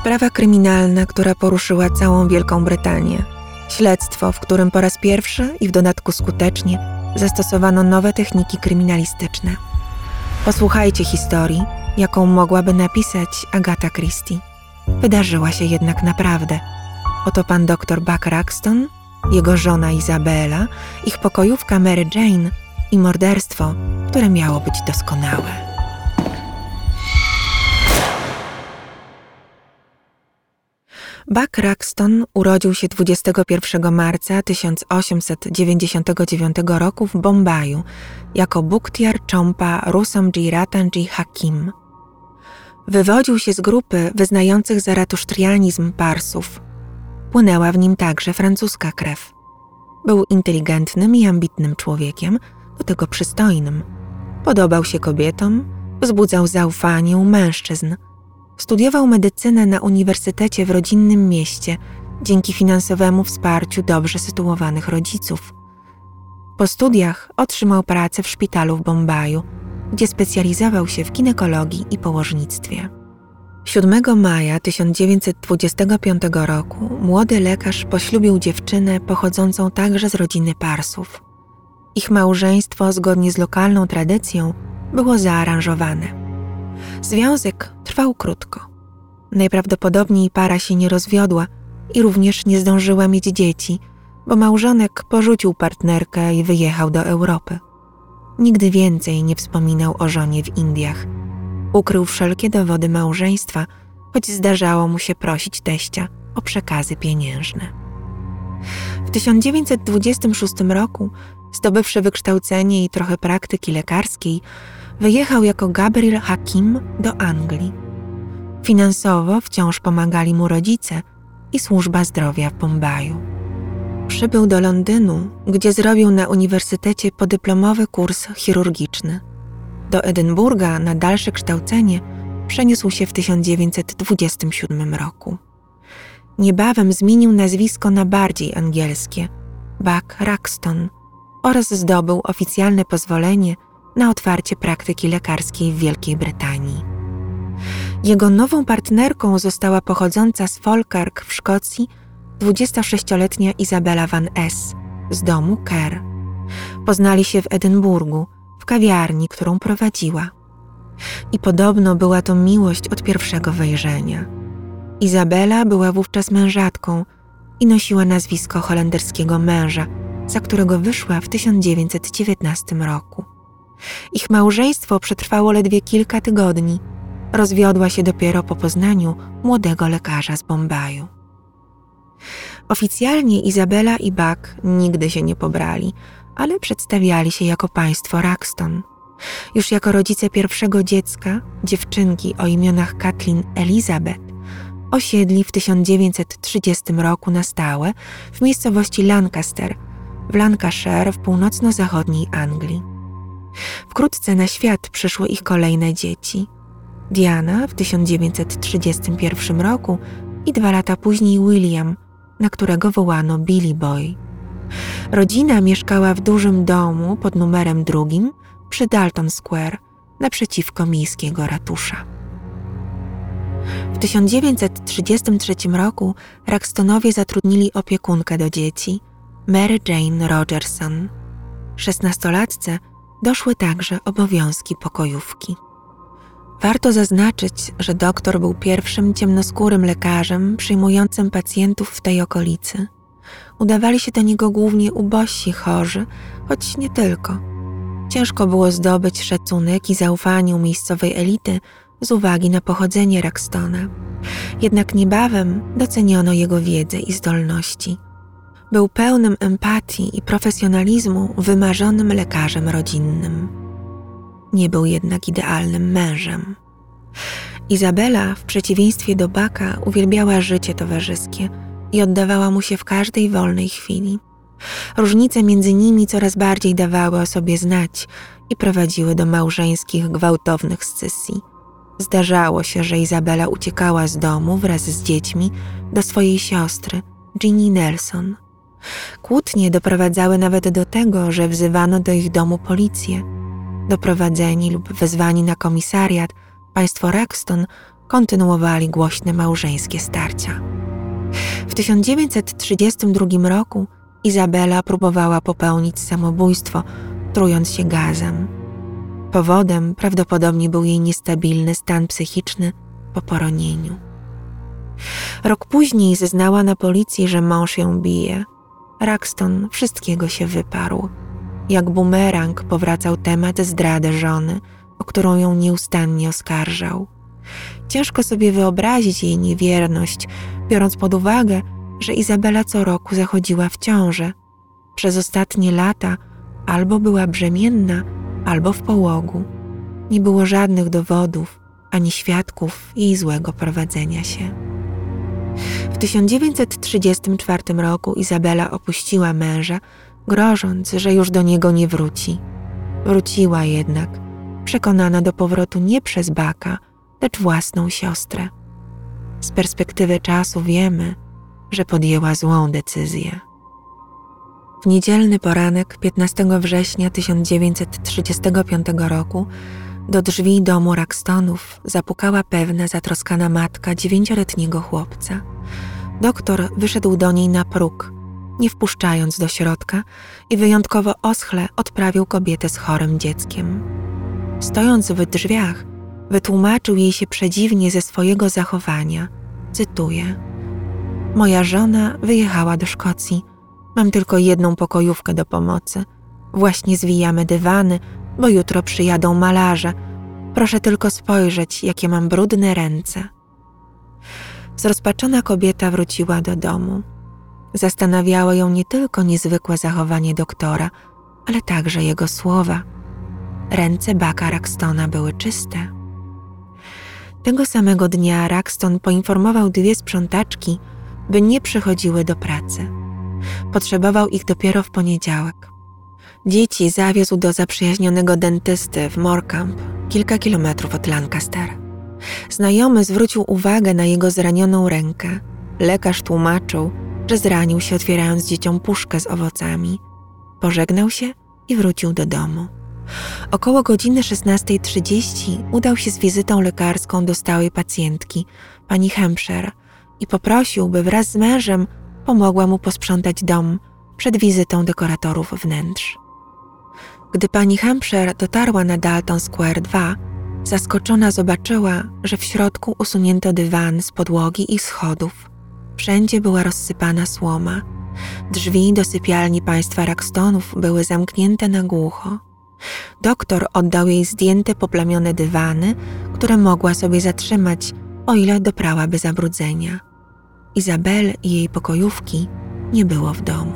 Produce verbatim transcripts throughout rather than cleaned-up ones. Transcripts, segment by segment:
Sprawa kryminalna, która poruszyła całą Wielką Brytanię. Śledztwo, w którym po raz pierwszy i w dodatku skutecznie zastosowano nowe techniki kryminalistyczne. Posłuchajcie historii, jaką mogłaby napisać Agatha Christie. Wydarzyła się jednak naprawdę. Oto pan doktor Buck Raxton, jego żona Izabela, ich pokojówka Mary Jane i morderstwo, które miało być doskonałe. Buck Raxton urodził się dwudziestego pierwszego marca tysiąc osiemset dziewięćdziesiątego dziewiątego roku w Bombaju jako Buktiar Chompa Rusomji Ratanji Hakim. Wywodził się z grupy wyznających zaratusztrianizm Parsów. Płynęła w nim także francuska krew. Był inteligentnym i ambitnym człowiekiem, do tego przystojnym. Podobał się kobietom, wzbudzał zaufanie u mężczyzn. Studiował medycynę na uniwersytecie w rodzinnym mieście dzięki finansowemu wsparciu dobrze sytuowanych rodziców. Po studiach otrzymał pracę w szpitalu w Bombaju, gdzie specjalizował się w ginekologii i położnictwie. siódmego maja tysiąc dziewięćset dwudziestego piątego roku młody lekarz poślubił dziewczynę pochodzącą także z rodziny Parsów. Ich małżeństwo, zgodnie z lokalną tradycją, było zaaranżowane. Związek trwał krótko. Najprawdopodobniej para się nie rozwiodła i również nie zdążyła mieć dzieci, bo małżonek porzucił partnerkę i wyjechał do Europy. Nigdy więcej nie wspominał o żonie w Indiach. Ukrył wszelkie dowody małżeństwa, choć zdarzało mu się prosić teścia o przekazy pieniężne. W tysiąc dziewięćset dwudziestym szóstym roku, zdobywszy wykształcenie i trochę praktyki lekarskiej, wyjechał jako Gabriel Hakim do Anglii. Finansowo wciąż pomagali mu rodzice i służba zdrowia w Bombaju. Przybył do Londynu, gdzie zrobił na uniwersytecie podyplomowy kurs chirurgiczny. Do Edynburga na dalsze kształcenie przeniósł się w tysiąc dziewięćset dwudziestym siódmym roku. Niebawem zmienił nazwisko na bardziej angielskie – Buck Raxton oraz zdobył oficjalne pozwolenie na otwarcie praktyki lekarskiej w Wielkiej Brytanii. Jego nową partnerką została pochodząca z Falkirk w Szkocji dwudziestosześcioletnia Izabela Van S. z domu Kerr. Poznali się w Edynburgu, w kawiarni, którą prowadziła. I podobno była to miłość od pierwszego wejrzenia. Izabela była wówczas mężatką i nosiła nazwisko holenderskiego męża, za którego wyszła w tysiąc dziewięćset dziewiętnastym roku. Ich małżeństwo przetrwało ledwie kilka tygodni. Rozwiodła się dopiero po poznaniu młodego lekarza z Bombaju. Oficjalnie Izabela i Buck nigdy się nie pobrali, ale przedstawiali się jako państwo Raxton. Już jako rodzice pierwszego dziecka, dziewczynki o imionach Kathleen Elizabeth, osiedli w tysiąc dziewięćset trzydziestym roku na stałe w miejscowości Lancaster w Lancashire w północno-zachodniej Anglii. Wkrótce na świat przyszły ich kolejne dzieci. Diana w tysiąc dziewięćset trzydziestym pierwszym roku i dwa lata później William, na którego wołano Billy Boy. Rodzina mieszkała w dużym domu pod numerem drugim przy Dalton Square, naprzeciwko miejskiego ratusza. W tysiąc dziewięćset trzydziestym trzecim roku Raxtonowie zatrudnili opiekunkę do dzieci, Mary Jane Rogerson. Szesnastolatce doszły także obowiązki pokojówki. Warto zaznaczyć, że doktor był pierwszym ciemnoskórym lekarzem przyjmującym pacjentów w tej okolicy. Udawali się do niego głównie ubożsi chorzy, choć nie tylko. Ciężko było zdobyć szacunek i zaufanie u miejscowej elity z uwagi na pochodzenie Raxtona. Jednak niebawem doceniono jego wiedzę i zdolności. Był pełnym empatii i profesjonalizmu wymarzonym lekarzem rodzinnym. Nie był jednak idealnym mężem. Izabela, w przeciwieństwie do Bucka, uwielbiała życie towarzyskie i oddawała mu się w każdej wolnej chwili. Różnice między nimi coraz bardziej dawały o sobie znać i prowadziły do małżeńskich, gwałtownych scysji. Zdarzało się, że Izabela uciekała z domu wraz z dziećmi do swojej siostry, Ginny Nelson. Kłótnie doprowadzały nawet do tego, że wzywano do ich domu policję. Doprowadzeni lub wezwani na komisariat, państwo Raxton kontynuowali głośne małżeńskie starcia. W tysiąc dziewięćset trzydziestym drugim roku Izabela próbowała popełnić samobójstwo, trując się gazem. Powodem prawdopodobnie był jej niestabilny stan psychiczny po poronieniu. Rok później zeznała na policji, że mąż ją bije. Raxton wszystkiego się wyparł. Jak bumerang powracał temat zdrady żony, o którą ją nieustannie oskarżał. Ciężko sobie wyobrazić jej niewierność, biorąc pod uwagę, że Izabela co roku zachodziła w ciążę. Przez ostatnie lata albo była brzemienna, albo w połogu. Nie było żadnych dowodów, ani świadków jej złego prowadzenia się. W tysiąc dziewięćset trzydziestym czwartym roku Izabela opuściła męża, grożąc, że już do niego nie wróci. Wróciła jednak, przekonana do powrotu nie przez Bucka, lecz własną siostrę. Z perspektywy czasu wiemy, że podjęła złą decyzję. W niedzielny poranek piętnastego września tysiąc dziewięćset trzydziestego piątego roku do drzwi domu Raxtonów zapukała pewna zatroskana matka dziewięcioletniego chłopca. Doktor wyszedł do niej na próg, nie wpuszczając do środka, i wyjątkowo oschle odprawił kobietę z chorym dzieckiem. Stojąc w drzwiach, wytłumaczył jej się przedziwnie ze swojego zachowania. Cytuję: moja żona wyjechała do Szkocji. Mam tylko jedną pokojówkę do pomocy. Właśnie zwijamy dywany, bo jutro przyjadą malarze. Proszę tylko spojrzeć, jakie mam brudne ręce. Zrozpaczona kobieta wróciła do domu. Zastanawiało ją nie tylko niezwykłe zachowanie doktora, ale także jego słowa. Ręce Bucka Raxtona były czyste. Tego samego dnia Raxton poinformował dwie sprzątaczki, by nie przychodziły do pracy. Potrzebował ich dopiero w poniedziałek. Dzieci zawiózł do zaprzyjaźnionego dentysty w Morecambe, kilka kilometrów od Lancaster. Znajomy zwrócił uwagę na jego zranioną rękę. Lekarz tłumaczył, że zranił się otwierając dzieciom puszkę z owocami. Pożegnał się i wrócił do domu. Około godziny szesnastej trzydzieści udał się z wizytą lekarską do stałej pacjentki, pani Hampshire, i poprosił, by wraz z mężem pomogła mu posprzątać dom przed wizytą dekoratorów wnętrz. Gdy pani Hampshire dotarła na Dalton Square dwa, zaskoczona zobaczyła, że w środku usunięto dywan z podłogi i schodów. Wszędzie była rozsypana słoma. Drzwi do sypialni państwa Raxtonów były zamknięte na głucho. Doktor oddał jej zdjęte poplamione dywany, które mogła sobie zatrzymać, o ile doprałaby zabrudzenia. Izabel i jej pokojówki nie było w domu.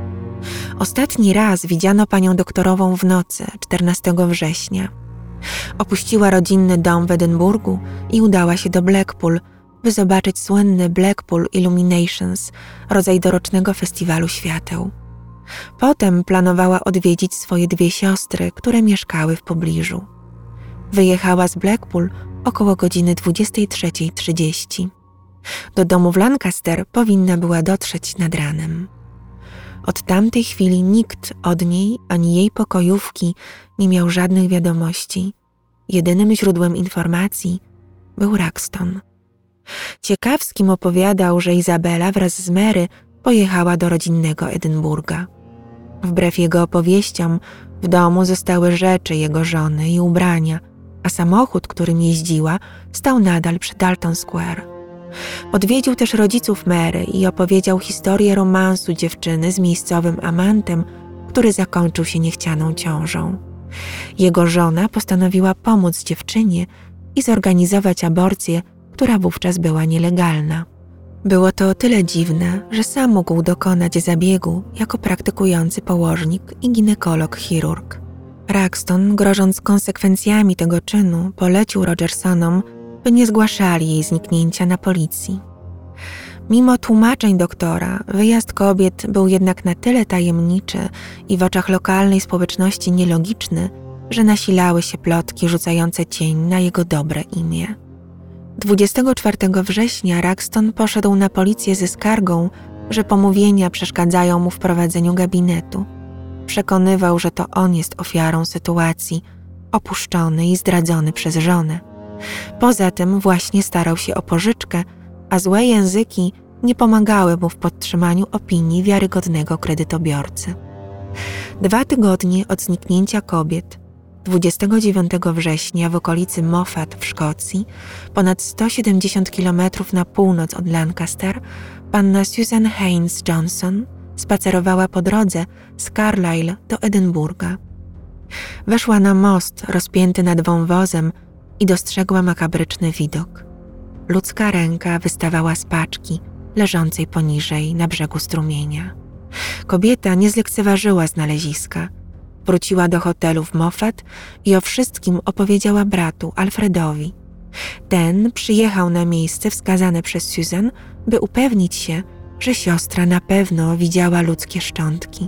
Ostatni raz widziano panią doktorową w nocy, czternastego września. Opuściła rodzinny dom w Edynburgu i udała się do Blackpool, by zobaczyć słynny Blackpool Illuminations, rodzaj dorocznego festiwalu świateł. Potem planowała odwiedzić swoje dwie siostry, które mieszkały w pobliżu. Wyjechała z Blackpool około godziny dwudziestej trzeciej trzydzieści. Do domu w Lancaster powinna była dotrzeć nad ranem. Od tamtej chwili nikt od niej ani jej pokojówki nie miał żadnych wiadomości. Jedynym źródłem informacji był Raxton. Ciekawskim opowiadał, że Izabela wraz z Mary pojechała do rodzinnego Edynburga. Wbrew jego opowieściom, w domu zostały rzeczy jego żony i ubrania, a samochód, którym jeździła, stał nadal przy Dalton Square. Odwiedził też rodziców Mary i opowiedział historię romansu dziewczyny z miejscowym amantem, który zakończył się niechcianą ciążą. Jego żona postanowiła pomóc dziewczynie i zorganizować aborcję, która wówczas była nielegalna. Było to o tyle dziwne, że sam mógł dokonać zabiegu jako praktykujący położnik i ginekolog-chirurg. Raxton, grożąc konsekwencjami tego czynu, polecił Rogersonom, by nie zgłaszali jej zniknięcia na policji. Mimo tłumaczeń doktora, wyjazd kobiet był jednak na tyle tajemniczy i w oczach lokalnej społeczności nielogiczny, że nasilały się plotki rzucające cień na jego dobre imię. dwudziestego czwartego września Raxton poszedł na policję ze skargą, że pomówienia przeszkadzają mu w prowadzeniu gabinetu. Przekonywał, że to on jest ofiarą sytuacji, opuszczony i zdradzony przez żonę. Poza tym właśnie starał się o pożyczkę, a złe języki nie pomagały mu w podtrzymaniu opinii wiarygodnego kredytobiorcy. Dwa tygodnie od zniknięcia kobiet, dwudziestego dziewiątego września w okolicy Moffat w Szkocji, ponad sto siedemdziesiąt kilometrów na północ od Lancaster, panna Susan Haynes Johnson spacerowała po drodze z Carlisle do Edynburga. Weszła na most rozpięty nad wąwozem i dostrzegła makabryczny widok. Ludzka ręka wystawała z paczki leżącej poniżej na brzegu strumienia. Kobieta nie zlekceważyła znaleziska. Wróciła do hotelu w Moffat i o wszystkim opowiedziała bratu Alfredowi. Ten przyjechał na miejsce wskazane przez Susan, by upewnić się, że siostra na pewno widziała ludzkie szczątki.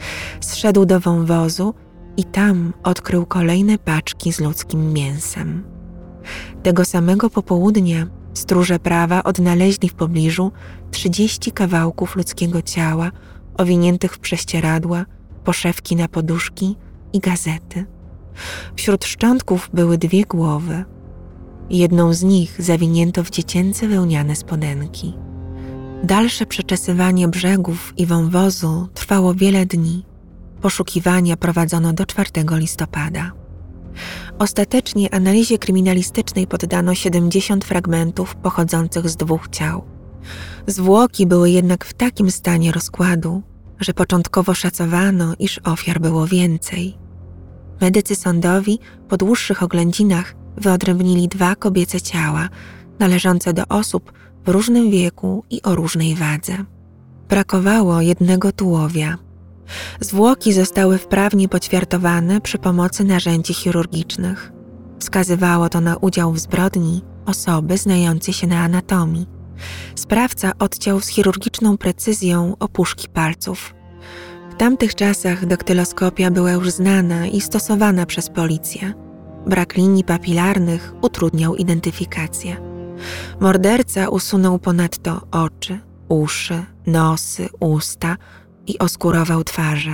Zszedł do wąwozu i tam odkrył kolejne paczki z ludzkim mięsem. Tego samego popołudnia stróże prawa odnaleźli w pobliżu trzydzieści kawałków ludzkiego ciała owiniętych w prześcieradła, poszewki na poduszki i gazety. Wśród szczątków były dwie głowy. Jedną z nich zawinięto w dziecięce wełniane spodenki. Dalsze przeczesywanie brzegów i wąwozu trwało wiele dni. Poszukiwania prowadzono do czwartego listopada. Ostatecznie analizie kryminalistycznej poddano siedemdziesiąt fragmentów pochodzących z dwóch ciał. Zwłoki były jednak w takim stanie rozkładu, że początkowo szacowano, iż ofiar było więcej. Medycy sądowi po dłuższych oględzinach wyodrębnili dwa kobiece ciała, należące do osób w różnym wieku i o różnej wadze. Brakowało jednego tułowia. Zwłoki zostały wprawnie poćwiartowane przy pomocy narzędzi chirurgicznych. Wskazywało to na udział w zbrodni osoby znającej się na anatomii. Sprawca odciął z chirurgiczną precyzją opuszki palców. W tamtych czasach daktyloskopia była już znana i stosowana przez policję. Brak linii papilarnych utrudniał identyfikację. Morderca usunął ponadto oczy, uszy, nosy, usta i oskurował twarze.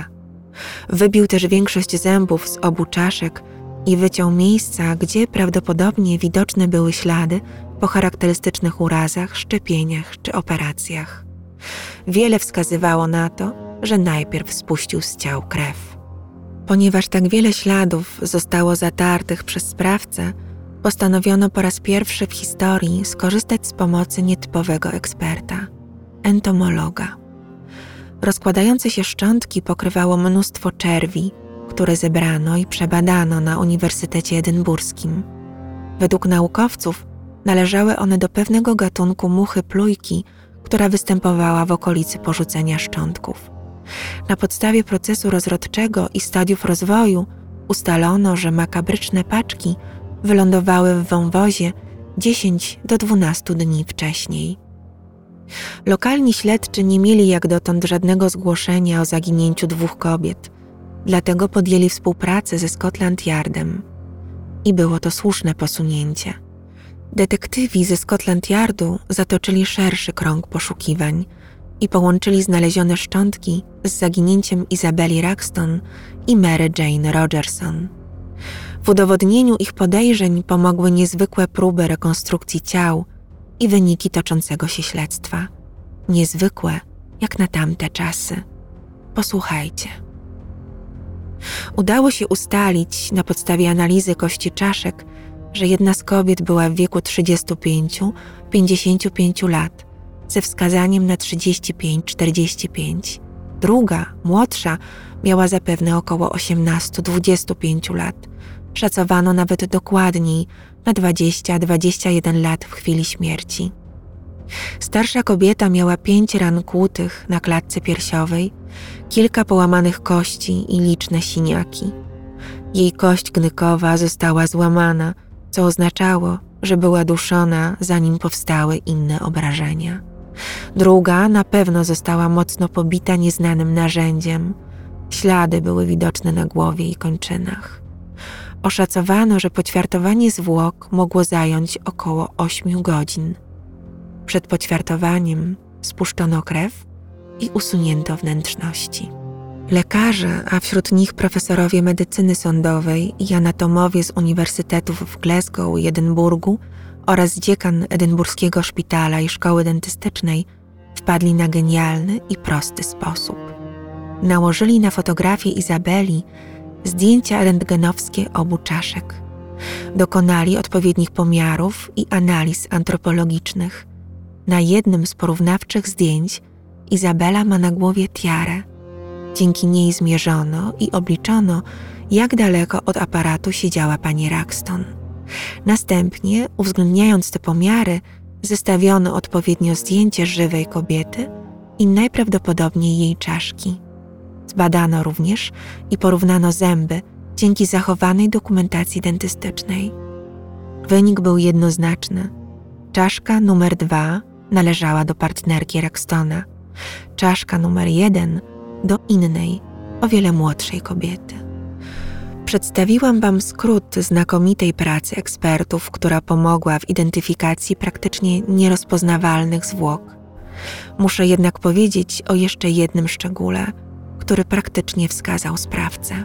Wybił też większość zębów z obu czaszek i wyciął miejsca, gdzie prawdopodobnie widoczne były ślady po charakterystycznych urazach, szczepieniach czy operacjach. Wiele wskazywało na to, że najpierw spuścił z ciał krew. Ponieważ tak wiele śladów zostało zatartych przez sprawcę, postanowiono po raz pierwszy w historii skorzystać z pomocy nietypowego eksperta – entomologa. Rozkładające się szczątki pokrywało mnóstwo czerwi, które zebrano i przebadano na Uniwersytecie Edynburskim. Według naukowców należały one do pewnego gatunku muchy plujki, która występowała w okolicy porzucenia szczątków. Na podstawie procesu rozrodczego i stadiów rozwoju ustalono, że makabryczne paczki wylądowały w wąwozie dziesięć do dwunastu dni wcześniej. Lokalni śledczy nie mieli jak dotąd żadnego zgłoszenia o zaginięciu dwóch kobiet, dlatego podjęli współpracę ze Scotland Yardem. I było to słuszne posunięcie. Detektywi ze Scotland Yardu zatoczyli szerszy krąg poszukiwań i połączyli znalezione szczątki z zaginięciem Izabeli Raxton i Mary Jane Rogerson. W udowodnieniu ich podejrzeń pomogły niezwykłe próby rekonstrukcji ciał i wyniki toczącego się śledztwa. Niezwykłe jak na tamte czasy. Posłuchajcie. Udało się ustalić na podstawie analizy kości czaszek, że jedna z kobiet była w wieku trzydziestu pięciu do pięćdziesięciu pięciu lat, ze wskazaniem na trzydzieści pięć do czterdziestu pięciu. Druga, młodsza, miała zapewne około osiemnastu do dwudziestu pięciu lat. Szacowano nawet dokładniej na dwadzieścia do dwudziestu jeden lat w chwili śmierci. Starsza kobieta miała pięć ran kłutych na klatce piersiowej, kilka połamanych kości i liczne siniaki. Jej kość gnykowa została złamana, co oznaczało, że była duszona, zanim powstały inne obrażenia. Druga na pewno została mocno pobita nieznanym narzędziem. Ślady były widoczne na głowie i kończynach. Oszacowano, że poćwiartowanie zwłok mogło zająć około ośmiu godzin. Przed poćwiartowaniem spuszczono krew i usunięto wnętrzności. Lekarze, a wśród nich profesorowie medycyny sądowej i anatomowie z uniwersytetów w Glasgow i Edynburgu oraz dziekan edynburskiego szpitala i szkoły dentystycznej wpadli na genialny i prosty sposób. Nałożyli na fotografię Izabeli zdjęcia rentgenowskie obu czaszek. Dokonali odpowiednich pomiarów i analiz antropologicznych. Na jednym z porównawczych zdjęć Izabela ma na głowie tiarę. Dzięki niej zmierzono i obliczono, jak daleko od aparatu siedziała pani Raxton. Następnie, uwzględniając te pomiary, zestawiono odpowiednio zdjęcie żywej kobiety i najprawdopodobniej jej czaszki. Zbadano również i porównano zęby dzięki zachowanej dokumentacji dentystycznej. Wynik był jednoznaczny. Czaszka numer dwa należała do partnerki Raxtona, czaszka numer jeden do innej, o wiele młodszej kobiety. Przedstawiłam Wam skrót znakomitej pracy ekspertów, która pomogła w identyfikacji praktycznie nierozpoznawalnych zwłok. Muszę jednak powiedzieć o jeszcze jednym szczególe, który praktycznie wskazał sprawcę.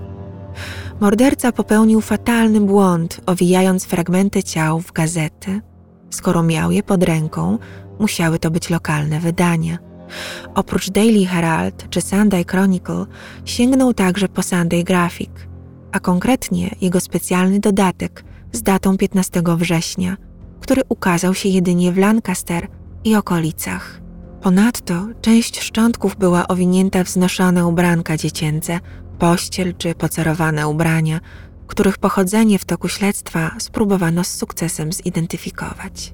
Morderca popełnił fatalny błąd, owijając fragmenty ciał w gazety. Skoro miał je pod ręką, musiały to być lokalne wydania. Oprócz Daily Herald czy Sunday Chronicle sięgnął także po Sunday Graphic, a konkretnie jego specjalny dodatek z datą piętnastego września, który ukazał się jedynie w Lancaster i okolicach. Ponadto część szczątków była owinięta w znoszone ubranka dziecięce, pościel czy pocerowane ubrania, których pochodzenie w toku śledztwa spróbowano z sukcesem zidentyfikować.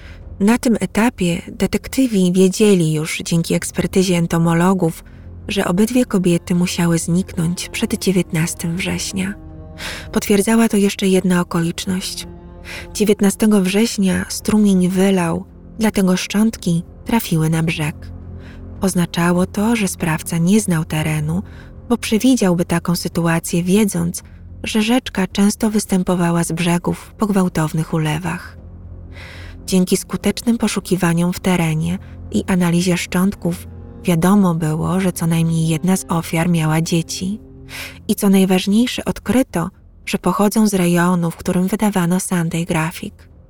Na tym etapie detektywi wiedzieli już dzięki ekspertyzie entomologów, że obydwie kobiety musiały zniknąć przed dziewiętnastego września. Potwierdzała to jeszcze jedna okoliczność. dziewiętnastego września strumień wylał, dlatego szczątki trafiły na brzeg. Oznaczało to, że sprawca nie znał terenu, bo przewidziałby taką sytuację, wiedząc, że rzeczka często występowała z brzegów po gwałtownych ulewach. Dzięki skutecznym poszukiwaniom w terenie i analizie szczątków wiadomo było, że co najmniej jedna z ofiar miała dzieci. I co najważniejsze, odkryto, że pochodzą z rejonu, w którym wydawano Sunday Graphic.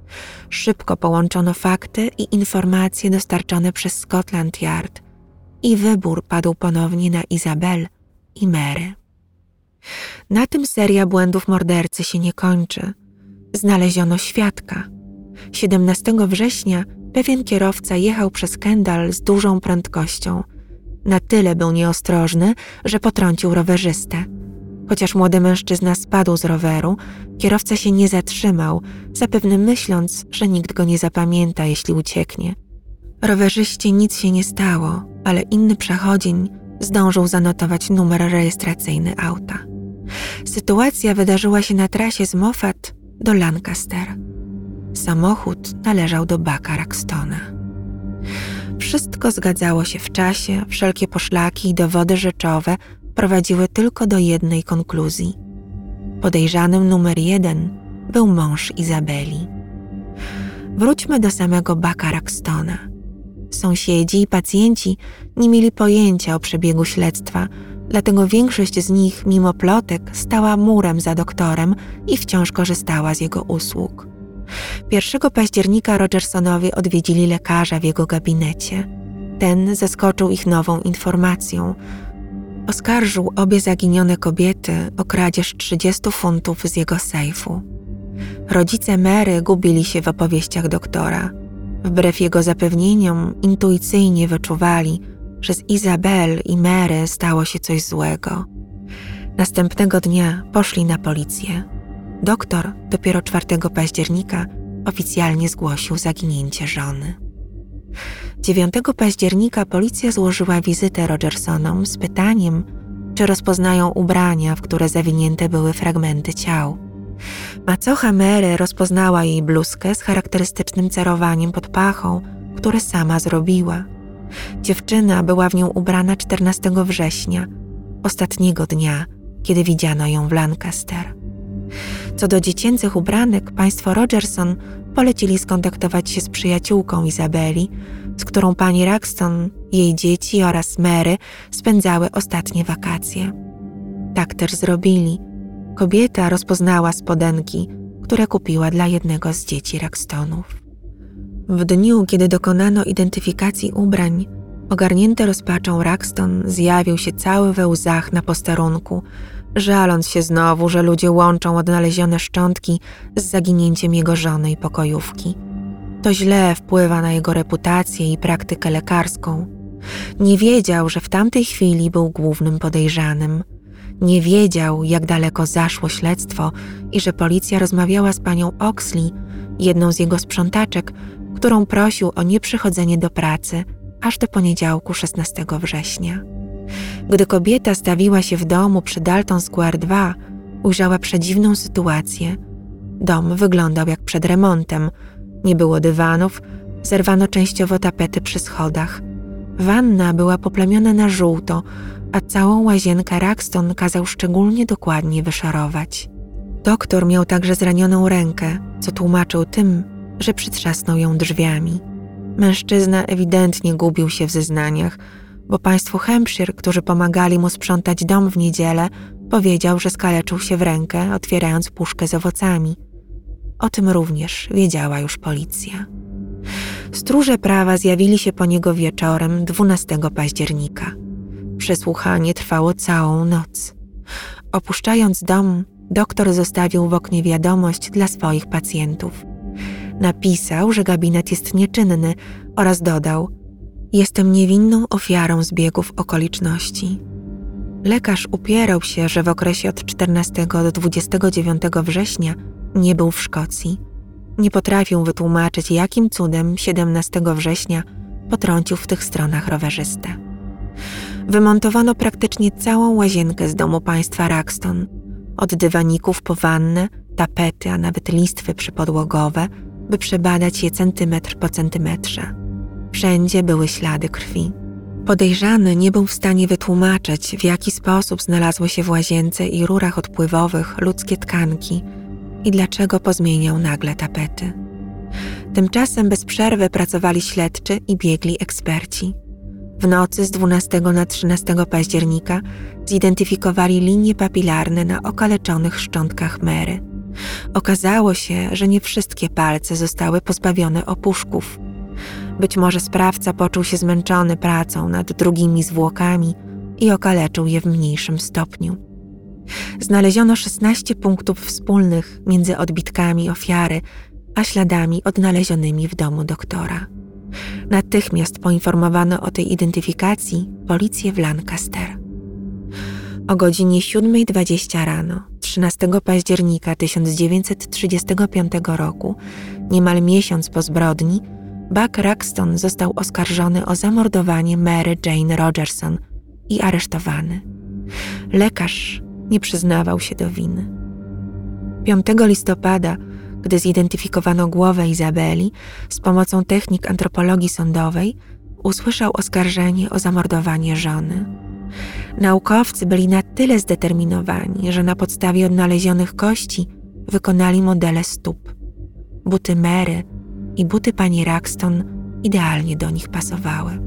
Szybko połączono fakty i informacje dostarczone przez Scotland Yard i wybór padł ponownie na Izabel i Mary. Na tym seria błędów mordercy się nie kończy. Znaleziono świadka. siedemnastego września pewien kierowca jechał przez Kendal z dużą prędkością. Na tyle był nieostrożny, że potrącił rowerzystę. Chociaż młody mężczyzna spadł z roweru, kierowca się nie zatrzymał, zapewne myśląc, że nikt go nie zapamięta, jeśli ucieknie. Rowerzyście nic się nie stało, ale inny przechodzień zdążył zanotować numer rejestracyjny auta. Sytuacja wydarzyła się na trasie z Moffat do Lancaster. Samochód należał do Bucka Raxtona. Wszystko zgadzało się w czasie, wszelkie poszlaki i dowody rzeczowe prowadziły tylko do jednej konkluzji. Podejrzanym numer jeden był mąż Izabeli. Wróćmy do samego Bucka Raxtona. Sąsiedzi i pacjenci nie mieli pojęcia o przebiegu śledztwa, dlatego większość z nich, mimo plotek, stała murem za doktorem i wciąż korzystała z jego usług. pierwszego października Rogersonowie odwiedzili lekarza w jego gabinecie. Ten zaskoczył ich nową informacją. Oskarżył obie zaginione kobiety o kradzież trzydziestu funtów z jego sejfu. Rodzice Mary gubili się w opowieściach doktora. Wbrew jego zapewnieniom intuicyjnie wyczuwali, że z Izabel i Mary stało się coś złego. Następnego dnia poszli na policję. Doktor dopiero czwartego października oficjalnie zgłosił zaginięcie żony. dziewiątego października policja złożyła wizytę Rogersonom z pytaniem, czy rozpoznają ubrania, w które zawinięte były fragmenty ciał. Macocha Mary rozpoznała jej bluzkę z charakterystycznym cerowaniem pod pachą, które sama zrobiła. Dziewczyna była w nią ubrana czternastego września, ostatniego dnia, kiedy widziano ją w Lancaster. Co do dziecięcych ubranek, państwo Rogerson polecili skontaktować się z przyjaciółką Izabeli, z którą pani Raxton, jej dzieci oraz Mary spędzały ostatnie wakacje. Tak też zrobili. Kobieta rozpoznała spodenki, które kupiła dla jednego z dzieci Raxtonów. W dniu, kiedy dokonano identyfikacji ubrań, ogarnięty rozpaczą Raxton zjawił się cały we łzach na posterunku, żaląc się znowu, że ludzie łączą odnalezione szczątki z zaginięciem jego żony i pokojówki. To źle wpływa na jego reputację i praktykę lekarską. Nie wiedział, że w tamtej chwili był głównym podejrzanym. Nie wiedział, jak daleko zaszło śledztwo i że policja rozmawiała z panią Oxley, jedną z jego sprzątaczek, którą prosił o nieprzychodzenie do pracy aż do poniedziałku szesnastego września. Gdy kobieta stawiła się w domu przy Dalton Square dwa, ujrzała przedziwną sytuację. Dom wyglądał jak przed remontem. Nie było dywanów, zerwano częściowo tapety przy schodach. Wanna była poplamiona na żółto, a całą łazienkę Raxton kazał szczególnie dokładnie wyszorować. Doktor miał także zranioną rękę, co tłumaczył tym, że przytrzasnął ją drzwiami. Mężczyzna ewidentnie gubił się w zeznaniach, bo państwo Hampshire, którzy pomagali mu sprzątać dom w niedzielę, powiedział, że skaleczył się w rękę, otwierając puszkę z owocami. O tym również wiedziała już policja. Stróże prawa zjawili się po niego wieczorem dwunastego października. Przesłuchanie trwało całą noc. Opuszczając dom, doktor zostawił w oknie wiadomość dla swoich pacjentów. Napisał, że gabinet jest nieczynny oraz dodał: „Jestem niewinną ofiarą zbiegów okoliczności”. Lekarz upierał się, że w okresie od czternastego do dwudziestego dziewiątego września nie był w Szkocji. Nie potrafił wytłumaczyć, jakim cudem siedemnastego września potrącił w tych stronach rowerzystę. Wymontowano praktycznie całą łazienkę z domu państwa Raxton. Od dywaników po wannę, tapety, a nawet listwy przypodłogowe, by przebadać je centymetr po centymetrze. Wszędzie były ślady krwi. Podejrzany nie był w stanie wytłumaczyć, w jaki sposób znalazły się w łazience i rurach odpływowych ludzkie tkanki i dlaczego pozmieniał nagle tapety. Tymczasem bez przerwy pracowali śledczy i biegli eksperci. W nocy z dwunastego na trzynastego października zidentyfikowali linie papilarne na okaleczonych szczątkach Mary. Okazało się, że nie wszystkie palce zostały pozbawione opuszków. Być może sprawca poczuł się zmęczony pracą nad drugimi zwłokami i okaleczył je w mniejszym stopniu. Znaleziono szesnaście punktów wspólnych między odbitkami ofiary a śladami odnalezionymi w domu doktora. Natychmiast poinformowano o tej identyfikacji policję w Lancaster. O godzinie siódma dwadzieścia rano, trzynastego października tysiąc dziewięćset trzydziestego piątego roku, niemal miesiąc po zbrodni, Buck Raxton został oskarżony o zamordowanie Mary Jane Rogerson i aresztowany. Lekarz nie przyznawał się do winy. piątego listopada, gdy zidentyfikowano głowę Izabeli z pomocą technik antropologii sądowej, usłyszał oskarżenie o zamordowanie żony. Naukowcy byli na tyle zdeterminowani, że na podstawie odnalezionych kości wykonali modele stóp. Buty Mary i buty pani Raxton idealnie do nich pasowały.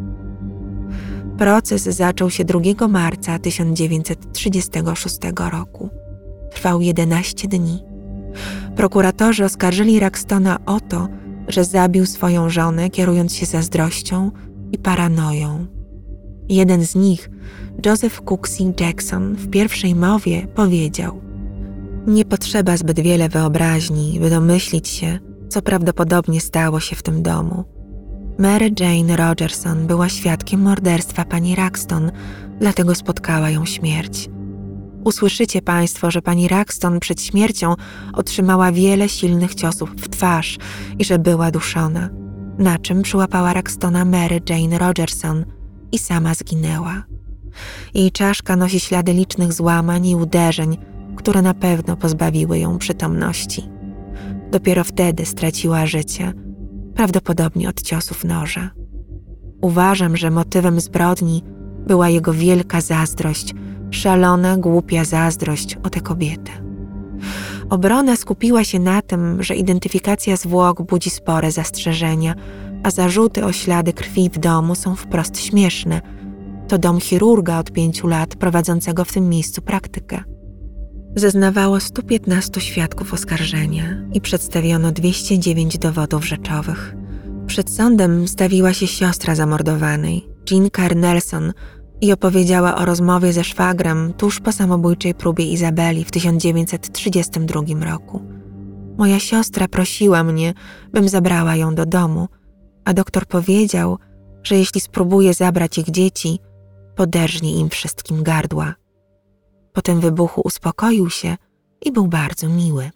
Proces zaczął się drugiego marca tysiąc dziewięćset trzydziestego szóstego roku. Trwał jedenaście dni. Prokuratorzy oskarżyli Raxtona o to, że zabił swoją żonę, kierując się zazdrością i paranoją. Jeden z nich, Joseph Cooksey Jackson, w pierwszej mowie powiedział: „Nie potrzeba zbyt wiele wyobraźni, by domyślić się, co prawdopodobnie stało się w tym domu. Mary Jane Rogerson była świadkiem morderstwa pani Raxton, dlatego spotkała ją śmierć. Usłyszycie państwo, że pani Raxton przed śmiercią otrzymała wiele silnych ciosów w twarz i że była duszona, na czym przyłapała Raxtona Mary Jane Rogerson i sama zginęła. Jej czaszka nosi ślady licznych złamań i uderzeń, które na pewno pozbawiły ją przytomności. Dopiero wtedy straciła życie, prawdopodobnie od ciosów noża. Uważam, że motywem zbrodni była jego wielka zazdrość, szalona, głupia zazdrość o tę kobietę. Obrona skupiła się na tym, że identyfikacja zwłok budzi spore zastrzeżenia, a zarzuty o ślady krwi w domu są wprost śmieszne. To dom chirurga od pięciu lat prowadzącego w tym miejscu praktykę. Zeznawało stu piętnastu świadków oskarżenia i przedstawiono dwieście dziewięć dowodów rzeczowych. Przed sądem stawiła się siostra zamordowanej, Jean Carr Nelson, i opowiedziała o rozmowie ze szwagrem tuż po samobójczej próbie Izabeli w tysiąc dziewięćset trzydziestym drugim roku. Moja siostra prosiła mnie, bym zabrała ją do domu, a doktor powiedział, że jeśli spróbuję zabrać ich dzieci, poderżnie im wszystkim gardła. Po tym wybuchu uspokoił się i był bardzo miły.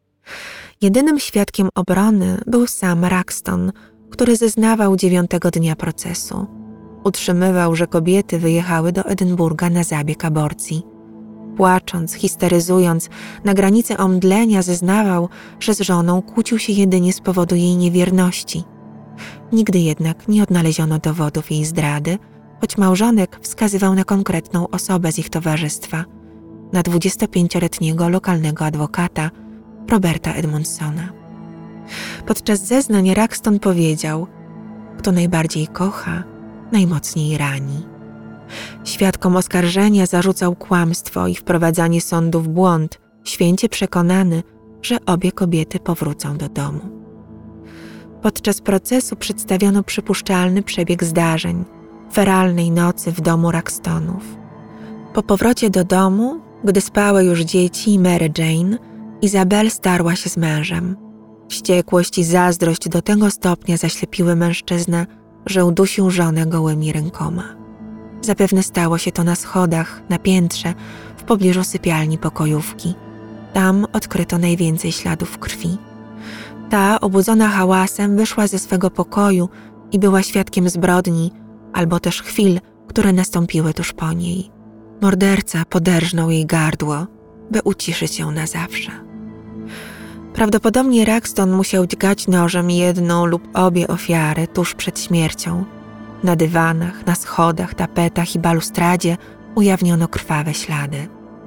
Jedynym świadkiem obrony był sam Raxton, który zeznawał dziewiątego dnia procesu. Utrzymywał, że kobiety wyjechały do Edynburga na zabieg aborcji. Płacząc, histeryzując, na granicy omdlenia zeznawał, że z żoną kłócił się jedynie z powodu jej niewierności. Nigdy jednak nie odnaleziono dowodów jej zdrady, choć małżonek wskazywał na konkretną osobę z ich towarzystwa, na dwudziestopięcioletniego lokalnego adwokata Roberta Edmondsona. Podczas zeznań Raxton powiedział: kto najbardziej kocha, najmocniej rani. Świadkom oskarżenia zarzucał kłamstwo i wprowadzanie sądu w błąd, święcie przekonany, że obie kobiety powrócą do domu. Podczas procesu przedstawiono przypuszczalny przebieg zdarzeń, feralnej nocy w domu Raxtonów. Po powrocie do domu, gdy spały już dzieci i Mary Jane, Izabel starła się z mężem. Wściekłość i zazdrość do tego stopnia zaślepiły mężczyznę, że udusił żonę gołymi rękoma. Zapewne stało się to na schodach, na piętrze, w pobliżu sypialni pokojówki. Tam odkryto najwięcej śladów krwi. Ta, obudzona hałasem, wyszła ze swego pokoju i była świadkiem zbrodni, albo też chwil, które nastąpiły tuż po niej. Morderca poderżnął jej gardło, by uciszyć ją na zawsze. Prawdopodobnie Raxton musiał dźgać nożem jedną lub obie ofiary tuż przed śmiercią. Na dywanach, na schodach, tapetach i balustradzie ujawniono krwawe ślady.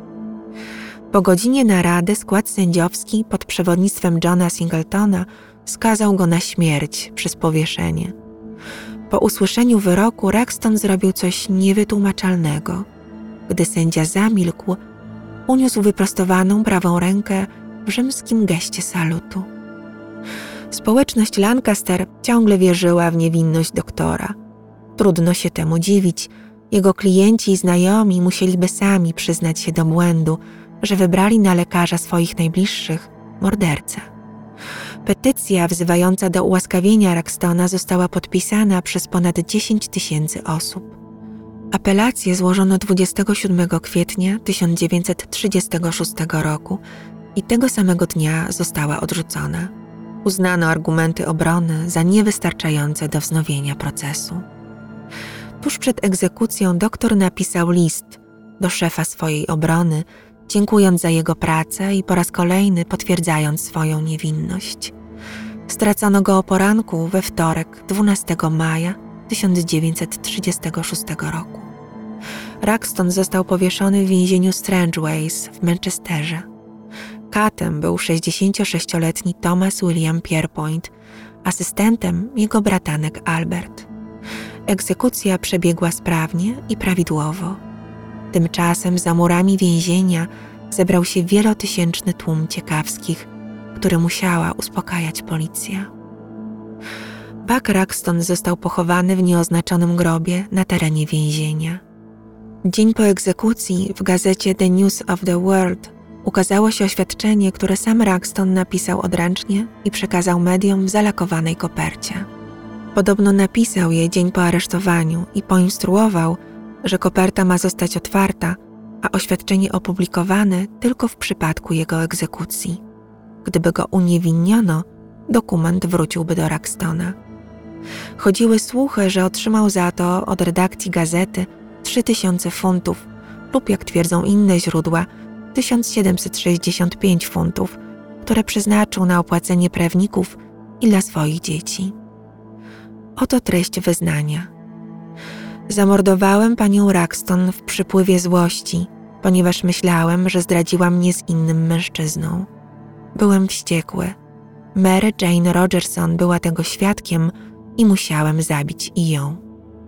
Po godzinie narady skład sędziowski pod przewodnictwem Johna Singletona skazał go na śmierć przez powieszenie. Po usłyszeniu wyroku Raxton zrobił coś niewytłumaczalnego. Gdy sędzia zamilkł, uniósł wyprostowaną prawą rękę w rzymskim geście salutu. Społeczność Lancaster ciągle wierzyła w niewinność doktora. Trudno się temu dziwić. Jego klienci i znajomi musieliby sami przyznać się do błędu, że wybrali na lekarza swoich najbliższych mordercę. Petycja wzywająca do ułaskawienia Raxtona została podpisana przez ponad dziesięć tysięcy osób. Apelację złożono dwudziestego siódmego kwietnia tysiąc dziewięćset trzydziestego szóstego roku i tego samego dnia została odrzucona. Uznano argumenty obrony za niewystarczające do wznowienia procesu. Tuż przed egzekucją doktor napisał list do szefa swojej obrony, dziękując za jego pracę i po raz kolejny potwierdzając swoją niewinność. Stracono go o poranku we wtorek, dwunastego maja tysiąc dziewięćset trzydziestego szóstego roku. Raxton został powieszony w więzieniu Strangeways w Manchesterze. Katem był sześćdziesięciosześcioletni Thomas William Pierpoint, asystentem jego bratanek Albert. Egzekucja przebiegła sprawnie i prawidłowo. Tymczasem za murami więzienia zebrał się wielotysięczny tłum ciekawskich, który musiała uspokajać policja. Buck Raxton został pochowany w nieoznaczonym grobie na terenie więzienia. Dzień po egzekucji w gazecie The News of the World ukazało się oświadczenie, które sam Raxton napisał odręcznie i przekazał mediom w zalakowanej kopercie. Podobno napisał je dzień po aresztowaniu i poinstruował, że koperta ma zostać otwarta, a oświadczenie opublikowane tylko w przypadku jego egzekucji. Gdyby go uniewinniono, dokument wróciłby do Raxtona. Chodziły słuchy, że otrzymał za to od redakcji gazety trzy tysiące funtów lub, jak twierdzą inne źródła, tysiąc siedemset sześćdziesiąt pięć funtów, które przeznaczył na opłacenie prawników i dla swoich dzieci. Oto treść wyznania. Zamordowałem panią Raxton w przypływie złości, ponieważ myślałem, że zdradziła mnie z innym mężczyzną. Byłem wściekły. Mary Jane Rogerson była tego świadkiem i musiałem zabić i ją.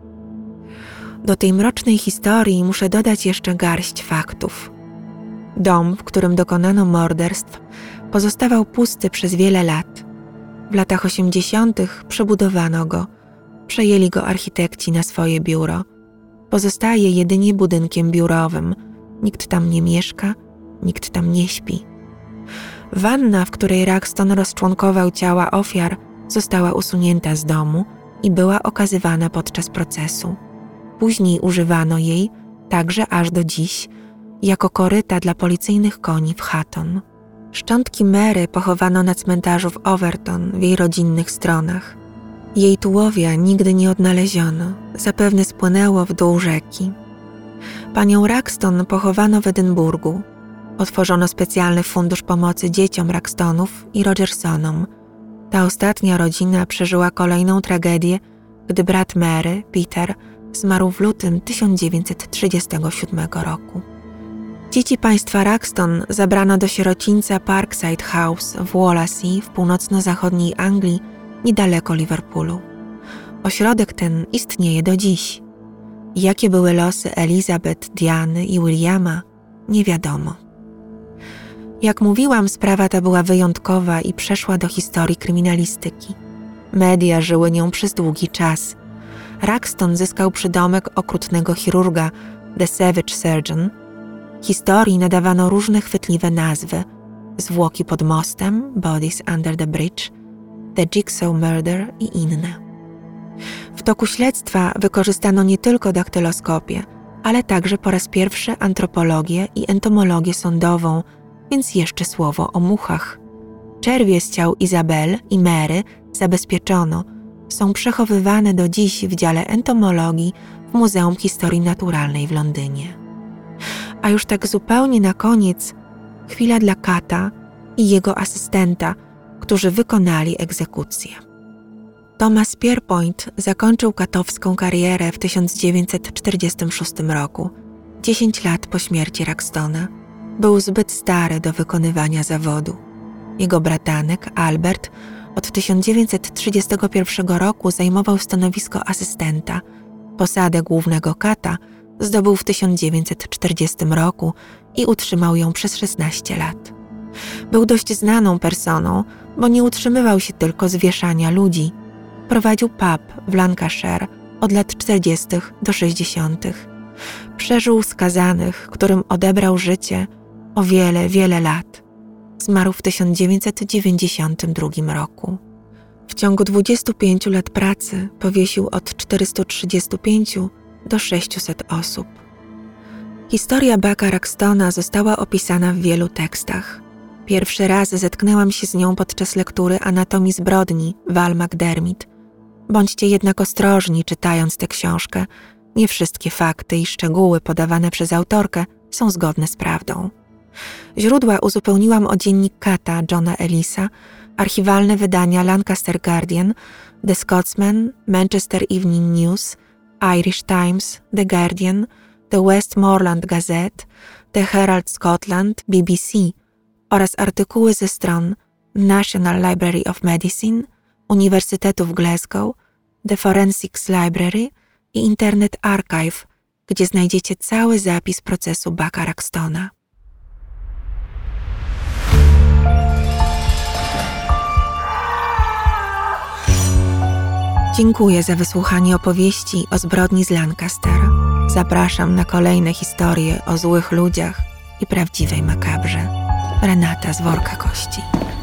Do tej mrocznej historii muszę dodać jeszcze garść faktów. Dom, w którym dokonano morderstw, pozostawał pusty przez wiele lat. W latach osiemdziesiątych przebudowano go, przejęli go architekci na swoje biuro. Pozostaje jedynie budynkiem biurowym. Nikt tam nie mieszka, nikt tam nie śpi. Wanna, w której Raxton rozczłonkował ciała ofiar, została usunięta z domu i była okazywana podczas procesu. Później używano jej, także aż do dziś, jako koryta dla policyjnych koni w Hatton. Szczątki Mary pochowano na cmentarzu w Overton w jej rodzinnych stronach. Jej tułowia nigdy nie odnaleziono, zapewne spłynęło w dół rzeki. Panią Raxton pochowano w Edynburgu. Otworzono specjalny fundusz pomocy dzieciom Raxtonów i Rogersonom. Ta ostatnia rodzina przeżyła kolejną tragedię, gdy brat Mary, Peter, zmarł w lutym tysiąc dziewięćset trzydziestego siódmego roku. Dzieci państwa Raxton zabrano do sierocińca Parkside House w Wallasey w północno-zachodniej Anglii, niedaleko Liverpoolu. Ośrodek ten istnieje do dziś. Jakie były losy Elizabeth, Diany i Williama, nie wiadomo. Jak mówiłam, sprawa ta była wyjątkowa i przeszła do historii kryminalistyki. Media żyły nią przez długi czas. Raxton zyskał przydomek okrutnego chirurga, The Savage Surgeon. Historii nadawano różne chwytliwe nazwy: Zwłoki pod mostem, Bodies Under the Bridge, The Jigsaw Murder i inne. W toku śledztwa wykorzystano nie tylko daktyloskopię, ale także po raz pierwszy antropologię i entomologię sądową, więc jeszcze słowo o muchach. Czerwie z ciał Izabel i Mary zabezpieczono, są przechowywane do dziś w dziale entomologii w Muzeum Historii Naturalnej w Londynie. A już tak zupełnie na koniec, chwila dla Kata i jego asystenta, którzy wykonali egzekucję. Thomas Pierpoint zakończył katowską karierę w tysiąc dziewięćset czterdziestym szóstym roku, dziesięć lat po śmierci Raxtona. Był zbyt stary do wykonywania zawodu. Jego bratanek, Albert, od tysiąc dziewięćset trzydziestego pierwszego roku zajmował stanowisko asystenta. Posadę głównego kata zdobył w tysiąc dziewięćset czterdziestym roku i utrzymał ją przez szesnaście lat. Był dość znaną personą, bo nie utrzymywał się tylko z wieszania ludzi. Prowadził pub w Lancashire od lat czterdziestych do sześćdziesiątych. Przeżył skazanych, którym odebrał życie o wiele, wiele lat. Zmarł w tysiąc dziewięćset dziewięćdziesiątym drugim roku. W ciągu dwudziestu pięciu lat pracy powiesił od czterystu trzydziestu pięciu do sześciuset osób. Historia Bucka Raxtona została opisana w wielu tekstach. Pierwszy raz zetknęłam się z nią podczas lektury Anatomii zbrodni Val McDermid. Bądźcie jednak ostrożni, czytając tę książkę. Nie wszystkie fakty i szczegóły podawane przez autorkę są zgodne z prawdą. Źródła uzupełniłam o dziennik Kata Johna Ellisa, archiwalne wydania Lancaster Guardian, The Scotsman, Manchester Evening News, Irish Times, The Guardian, The Westmoreland Gazette, The Herald Scotland, B B C oraz artykuły ze stron National Library of Medicine, Uniwersytetu w Glasgow, The Forensics Library i Internet Archive, gdzie znajdziecie cały zapis procesu Bucka Raxtona. Dziękuję za wysłuchanie opowieści o zbrodni z Lancaster. Zapraszam na kolejne historie o złych ludziach i prawdziwej makabrze. Renata z Worka Kości.